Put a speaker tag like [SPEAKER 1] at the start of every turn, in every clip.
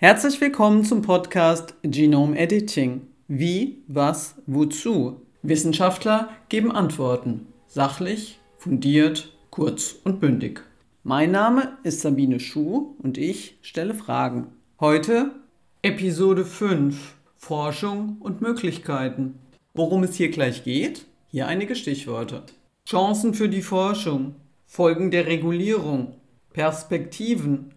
[SPEAKER 1] Herzlich willkommen zum Podcast Genome Editing. Wie, was, wozu? Wissenschaftler geben Antworten. Sachlich, fundiert, kurz und bündig. Mein Name ist Sabine Schuh und ich stelle Fragen. Heute Episode 5: Forschung und Möglichkeiten. Worum es hier gleich geht? Hier einige Stichworte. Chancen für die Forschung, Folgen der Regulierung, Perspektiven,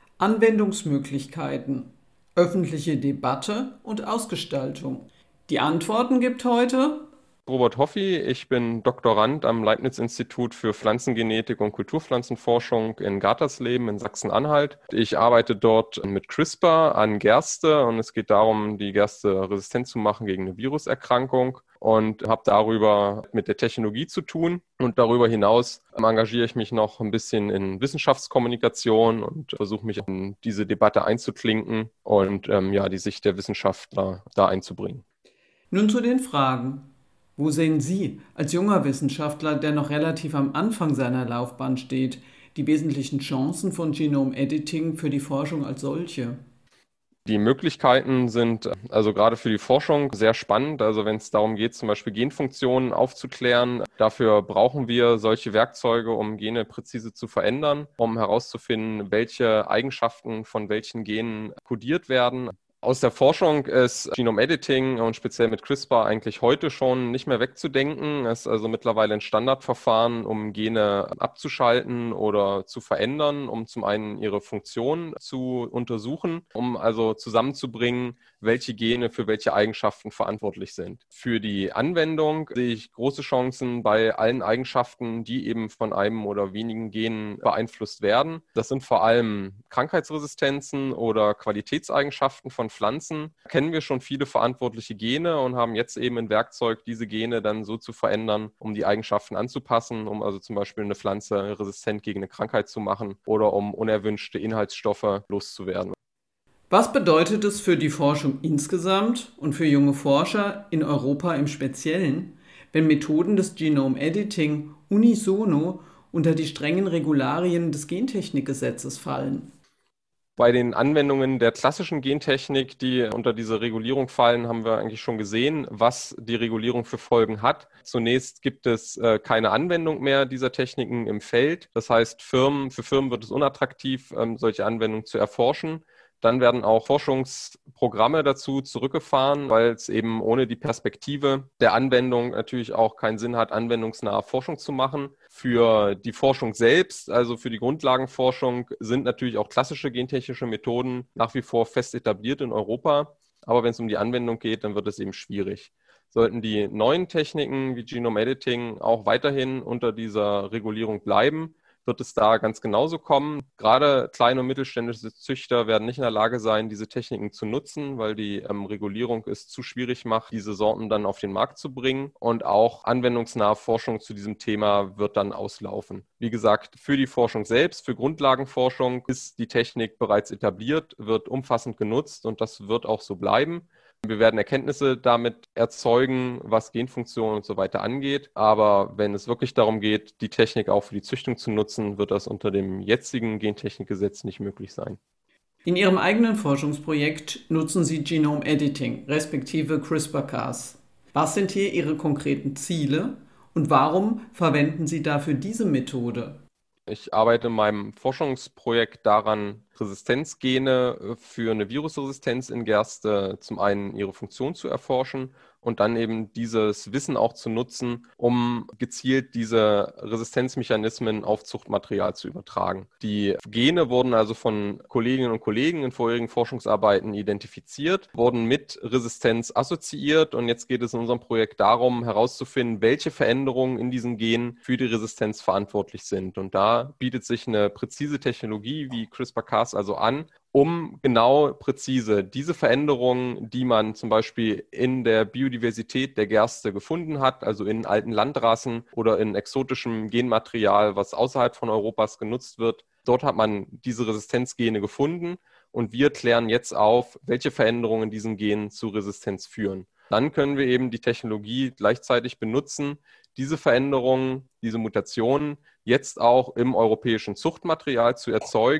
[SPEAKER 1] Anwendungsmöglichkeiten, öffentliche Debatte und Ausgestaltung. Die Antworten gibt heute
[SPEAKER 2] Robert Hoffi, ich bin Doktorand am Leibniz-Institut für Pflanzengenetik und Kulturpflanzenforschung in Gartersleben in Sachsen-Anhalt. Ich arbeite dort mit CRISPR an Gerste und es geht darum, die Gerste resistent zu machen gegen eine Viruserkrankung und habe darüber mit der Technologie zu tun. Und darüber hinaus engagiere ich mich noch ein bisschen in Wissenschaftskommunikation und versuche mich in diese Debatte einzuklinken und die Sicht der Wissenschaftler da einzubringen.
[SPEAKER 1] Nun zu den Fragen. Wo sehen Sie als junger Wissenschaftler, der noch relativ am Anfang seiner Laufbahn steht, die wesentlichen Chancen von Genome Editing für die Forschung als solche?
[SPEAKER 2] Die Möglichkeiten sind also gerade für die Forschung sehr spannend. Also wenn es darum geht, zum Beispiel Genfunktionen aufzuklären, dafür brauchen wir solche Werkzeuge, um Gene präzise zu verändern, um herauszufinden, welche Eigenschaften von welchen Genen kodiert werden. Aus der Forschung ist Genome Editing und speziell mit CRISPR eigentlich heute schon nicht mehr wegzudenken. Es ist also mittlerweile ein Standardverfahren, um Gene abzuschalten oder zu verändern, um zum einen ihre Funktion zu untersuchen, um also zusammenzubringen, welche Gene für welche Eigenschaften verantwortlich sind. Für die Anwendung sehe ich große Chancen bei allen Eigenschaften, die eben von einem oder wenigen Genen beeinflusst werden. Das sind vor allem Krankheitsresistenzen oder Qualitätseigenschaften von Pflanzen. Da kennen wir schon viele verantwortliche Gene und haben jetzt eben ein Werkzeug, diese Gene dann so zu verändern, um die Eigenschaften anzupassen, um also zum Beispiel eine Pflanze resistent gegen eine Krankheit zu machen oder um unerwünschte Inhaltsstoffe loszuwerden.
[SPEAKER 1] Was bedeutet es für die Forschung insgesamt und für junge Forscher in Europa im Speziellen, wenn Methoden des Genome Editing unisono unter die strengen Regularien des Gentechnikgesetzes fallen?
[SPEAKER 2] Bei den Anwendungen der klassischen Gentechnik, die unter diese Regulierung fallen, haben wir eigentlich schon gesehen, was die Regulierung für Folgen hat. Zunächst gibt es keine Anwendung mehr dieser Techniken im Feld. Das heißt, für Firmen wird es unattraktiv, solche Anwendungen zu erforschen. Dann werden auch Forschungsprogramme dazu zurückgefahren, weil es eben ohne die Perspektive der Anwendung natürlich auch keinen Sinn hat, anwendungsnahe Forschung zu machen. Für die Forschung selbst, also für die Grundlagenforschung, sind natürlich auch klassische gentechnische Methoden nach wie vor fest etabliert in Europa. Aber wenn es um die Anwendung geht, dann wird es eben schwierig. Sollten die neuen Techniken wie Genome Editing auch weiterhin unter dieser Regulierung bleiben, wird es da ganz genauso kommen. Gerade kleine und mittelständische Züchter werden nicht in der Lage sein, diese Techniken zu nutzen, weil die Regulierung es zu schwierig macht, diese Sorten dann auf den Markt zu bringen. Und auch anwendungsnahe Forschung zu diesem Thema wird dann auslaufen. Wie gesagt, für die Forschung selbst, für Grundlagenforschung ist die Technik bereits etabliert, wird umfassend genutzt und das wird auch so bleiben. Wir werden Erkenntnisse damit erzeugen, was Genfunktionen und so weiter angeht. Aber wenn es wirklich darum geht, die Technik auch für die Züchtung zu nutzen, wird das unter dem jetzigen Gentechnikgesetz nicht möglich sein.
[SPEAKER 1] In Ihrem eigenen Forschungsprojekt nutzen Sie Genome Editing, respektive CRISPR-Cas. Was sind hier Ihre konkreten Ziele und warum verwenden Sie dafür diese Methode?
[SPEAKER 2] Ich arbeite in meinem Forschungsprojekt daran, Resistenzgene für eine Virusresistenz in Gerste zum einen ihre Funktion zu erforschen und dann eben dieses Wissen auch zu nutzen, um gezielt diese Resistenzmechanismen auf Zuchtmaterial zu übertragen. Die Gene wurden also von Kolleginnen und Kollegen in vorherigen Forschungsarbeiten identifiziert, wurden mit Resistenz assoziiert und jetzt geht es in unserem Projekt darum, herauszufinden, welche Veränderungen in diesen Genen für die Resistenz verantwortlich sind. Und da bietet sich eine präzise Technologie wie CRISPR-Cas also an, um genau präzise diese Veränderungen, die man zum Beispiel in der Biodiversität der Gerste gefunden hat, also in alten Landrassen oder in exotischem Genmaterial, was außerhalb von Europas genutzt wird, dort hat man diese Resistenzgene gefunden und wir klären jetzt auf, welche Veränderungen in diesen Genen zu Resistenz führen. Dann können wir eben die Technologie gleichzeitig benutzen, diese Veränderungen, diese Mutationen jetzt auch im europäischen Zuchtmaterial zu erzeugen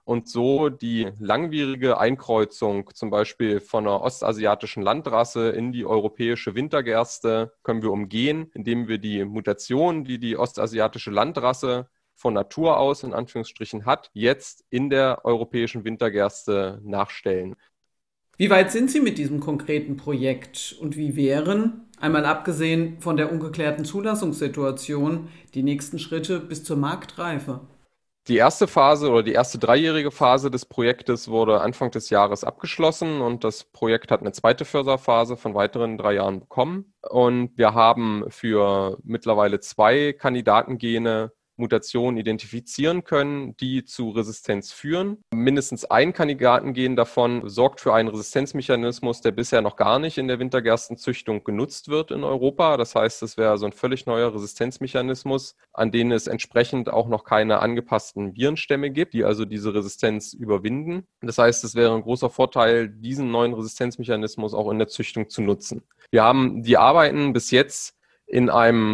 [SPEAKER 2] und so die langwierige Einkreuzung zum Beispiel von einer ostasiatischen Landrasse in die europäische Wintergerste können wir umgehen, indem wir die Mutation, die die ostasiatische Landrasse von Natur aus in Anführungsstrichen hat, jetzt in der europäischen Wintergerste nachstellen.
[SPEAKER 1] Wie weit sind Sie mit diesem konkreten Projekt und wie wären, einmal abgesehen von der ungeklärten Zulassungssituation, die nächsten Schritte bis zur Marktreife?
[SPEAKER 2] Die erste Phase oder die erste dreijährige Phase des Projektes wurde Anfang des Jahres abgeschlossen und das Projekt hat eine zweite Förderphase von weiteren 3 Jahren bekommen. Und wir haben für mittlerweile 2 Kandidatengene Mutationen identifizieren können, die zu Resistenz führen. Mindestens ein Kandidatengen davon sorgt für einen Resistenzmechanismus, der bisher noch gar nicht in der Wintergerstenzüchtung genutzt wird in Europa. Das heißt, es wäre so ein völlig neuer Resistenzmechanismus, an den es entsprechend auch noch keine angepassten Virenstämme gibt, die also diese Resistenz überwinden. Das heißt, es wäre ein großer Vorteil, diesen neuen Resistenzmechanismus auch in der Züchtung zu nutzen. Wir haben die Arbeiten bis jetzt in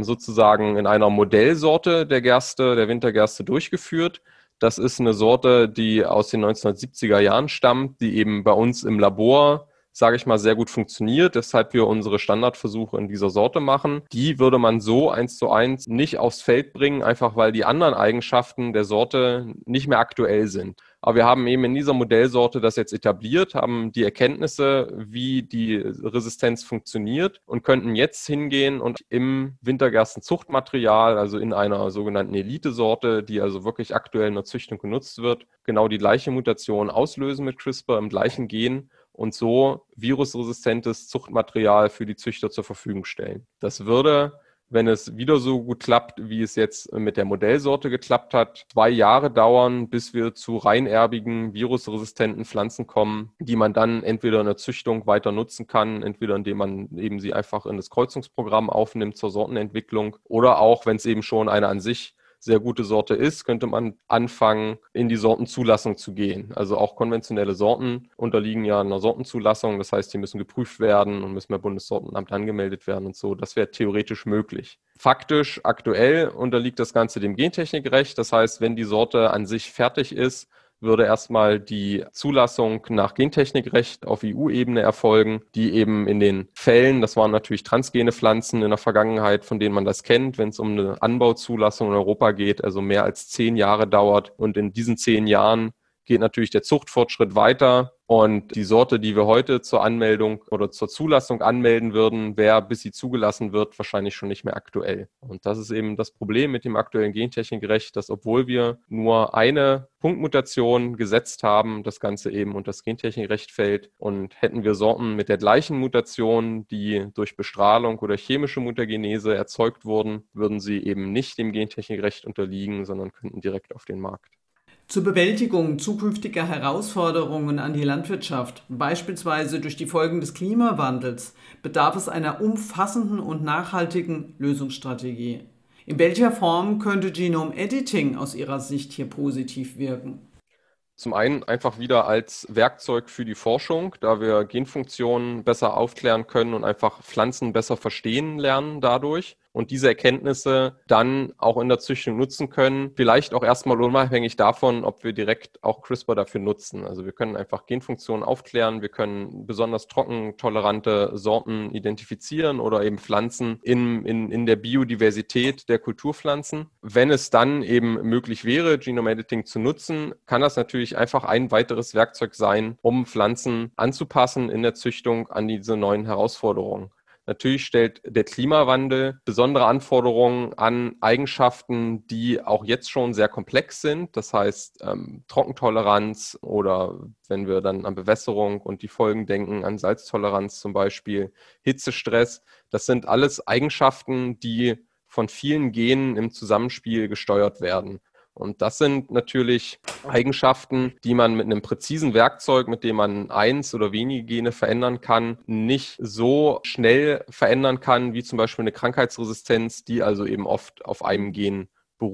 [SPEAKER 2] einer Modellsorte der Wintergerste durchgeführt. Das ist eine Sorte, die aus den 1970er Jahren stammt, die eben bei uns im Labor, sage ich mal, sehr gut funktioniert, weshalb wir unsere Standardversuche in dieser Sorte machen. Die würde man so 1:1 nicht aufs Feld bringen, einfach weil die anderen Eigenschaften der Sorte nicht mehr aktuell sind. Aber wir haben eben in dieser Modellsorte das jetzt etabliert, haben die Erkenntnisse, wie die Resistenz funktioniert und könnten jetzt hingehen und im Wintergerstenzuchtmaterial, also in einer sogenannten Elite-Sorte, die also wirklich aktuell in der Züchtung genutzt wird, genau die gleiche Mutation auslösen mit CRISPR im gleichen Gen und so virusresistentes Zuchtmaterial für die Züchter zur Verfügung stellen. Das würde, wenn es wieder so gut klappt, wie es jetzt mit der Modellsorte geklappt hat, 2 Jahre dauern, bis wir zu reinerbigen, virusresistenten Pflanzen kommen, die man dann entweder in der Züchtung weiter nutzen kann, entweder indem man eben sie einfach in das Kreuzungsprogramm aufnimmt zur Sortenentwicklung oder auch, wenn es eben schon eine an sich sehr gute Sorte ist, könnte man anfangen, in die Sortenzulassung zu gehen. Also auch konventionelle Sorten unterliegen ja einer Sortenzulassung. Das heißt, die müssen geprüft werden und müssen beim Bundessortenamt angemeldet werden und so. Das wäre theoretisch möglich. Faktisch, aktuell unterliegt das Ganze dem Gentechnikrecht. Das heißt, wenn die Sorte an sich fertig ist, würde erstmal die Zulassung nach Gentechnikrecht auf EU-Ebene erfolgen, die eben in den Fällen, das waren natürlich transgene Pflanzen in der Vergangenheit, von denen man das kennt, wenn es um eine Anbauzulassung in Europa geht, also mehr als 10 Jahre dauert. Und in diesen 10 Jahren geht natürlich der Zuchtfortschritt weiter. Und die Sorte, die wir heute zur Anmeldung oder zur Zulassung anmelden würden, wäre, bis sie zugelassen wird, wahrscheinlich schon nicht mehr aktuell. Und das ist eben das Problem mit dem aktuellen Gentechnikrecht, dass obwohl wir nur eine Punktmutation gesetzt haben, das Ganze eben unter das Gentechnikrecht fällt. Und hätten wir Sorten mit der gleichen Mutation, die durch Bestrahlung oder chemische Mutagenese erzeugt wurden, würden sie eben nicht dem Gentechnikrecht unterliegen, sondern könnten direkt auf den Markt.
[SPEAKER 1] Zur Bewältigung zukünftiger Herausforderungen an die Landwirtschaft, beispielsweise durch die Folgen des Klimawandels, bedarf es einer umfassenden und nachhaltigen Lösungsstrategie. In welcher Form könnte Genome Editing aus Ihrer Sicht hier positiv wirken?
[SPEAKER 2] Zum einen einfach wieder als Werkzeug für die Forschung, da wir Genfunktionen besser aufklären können und einfach Pflanzen besser verstehen lernen dadurch. Und diese Erkenntnisse dann auch in der Züchtung nutzen können, vielleicht auch erstmal unabhängig davon, ob wir direkt auch CRISPR dafür nutzen. Also wir können einfach Genfunktionen aufklären, wir können besonders trockentolerante Sorten identifizieren oder eben Pflanzen in der Biodiversität der Kulturpflanzen. Wenn es dann eben möglich wäre, Genome Editing zu nutzen, kann das natürlich einfach ein weiteres Werkzeug sein, um Pflanzen anzupassen in der Züchtung an diese neuen Herausforderungen. Natürlich stellt der Klimawandel besondere Anforderungen an Eigenschaften, die auch jetzt schon sehr komplex sind. Das heißt Trockentoleranz oder wenn wir dann an Bewässerung und die Folgen denken, an Salztoleranz zum Beispiel, Hitzestress. Das sind alles Eigenschaften, die von vielen Genen im Zusammenspiel gesteuert werden. Und das sind natürlich Eigenschaften, die man mit einem präzisen Werkzeug, mit dem man 1 oder wenige Gene verändern kann, nicht so schnell verändern kann, wie zum Beispiel eine Krankheitsresistenz, die also eben oft auf einem Gen beruht.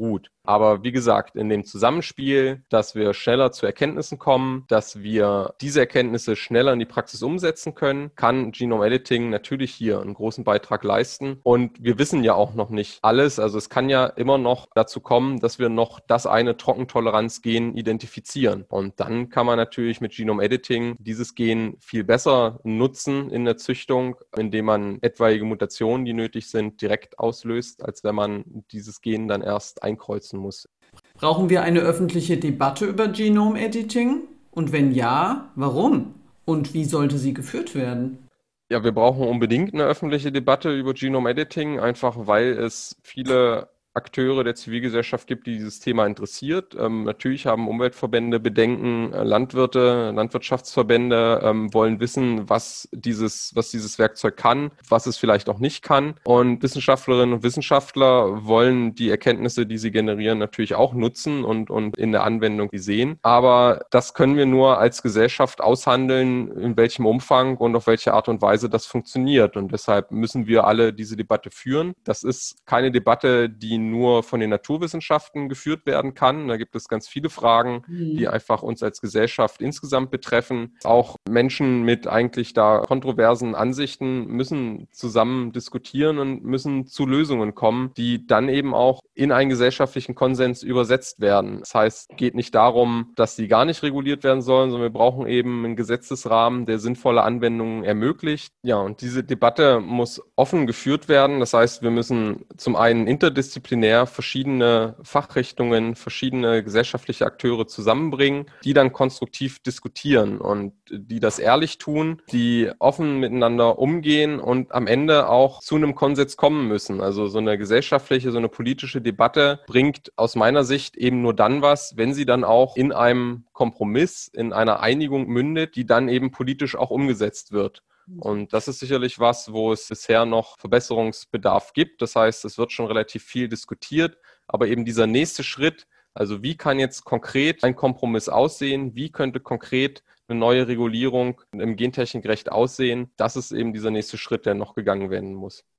[SPEAKER 2] Aber wie gesagt, in dem Zusammenspiel, dass wir schneller zu Erkenntnissen kommen, dass wir diese Erkenntnisse schneller in die Praxis umsetzen können, kann Genome Editing natürlich hier einen großen Beitrag leisten. Und wir wissen ja auch noch nicht alles. Also es kann ja immer noch dazu kommen, dass wir noch das eine Trockentoleranzgen identifizieren. Und dann kann man natürlich mit Genome Editing dieses Gen viel besser nutzen in der Züchtung, indem man etwaige Mutationen, die nötig sind, direkt auslöst, als wenn man dieses Gen dann erst einkreuzen muss.
[SPEAKER 1] Brauchen wir eine öffentliche Debatte über Genome Editing? Und wenn ja, warum? Und wie sollte sie geführt werden?
[SPEAKER 2] Ja, wir brauchen unbedingt eine öffentliche Debatte über Genome Editing, einfach weil es viele Akteure der Zivilgesellschaft gibt, die dieses Thema interessiert. Natürlich haben Umweltverbände Bedenken, Landwirte, Landwirtschaftsverbände wollen wissen, was dieses Werkzeug kann, was es vielleicht auch nicht kann. Und Wissenschaftlerinnen und Wissenschaftler wollen die Erkenntnisse, die sie generieren, natürlich auch nutzen und in der Anwendung sehen. Aber das können wir nur als Gesellschaft aushandeln, in welchem Umfang und auf welche Art und Weise das funktioniert. Und deshalb müssen wir alle diese Debatte führen. Das ist keine Debatte, die nur von den Naturwissenschaften geführt werden kann. Da gibt es ganz viele Fragen, die einfach uns als Gesellschaft insgesamt betreffen. Auch Menschen mit eigentlich da kontroversen Ansichten müssen zusammen diskutieren und müssen zu Lösungen kommen, die dann eben auch in einen gesellschaftlichen Konsens übersetzt werden. Das heißt, es geht nicht darum, dass die gar nicht reguliert werden sollen, sondern wir brauchen eben einen Gesetzesrahmen, der sinnvolle Anwendungen ermöglicht. Ja, und diese Debatte muss offen geführt werden. Das heißt, wir müssen zum einen interdisziplinär verschiedene Fachrichtungen, verschiedene gesellschaftliche Akteure zusammenbringen, die dann konstruktiv diskutieren und die das ehrlich tun, die offen miteinander umgehen und am Ende auch zu einem Konsens kommen müssen. Also so eine gesellschaftliche, so eine politische Debatte bringt aus meiner Sicht eben nur dann was, wenn sie dann auch in einem Kompromiss, in einer Einigung mündet, die dann eben politisch auch umgesetzt wird. Und das ist sicherlich was, wo es bisher noch Verbesserungsbedarf gibt. Das heißt, es wird schon relativ viel diskutiert, aber eben dieser nächste Schritt, also wie kann jetzt konkret ein Kompromiss aussehen? Wie könnte konkret eine neue Regulierung im Gentechnikrecht aussehen? Das ist eben dieser nächste Schritt, der noch gegangen werden muss.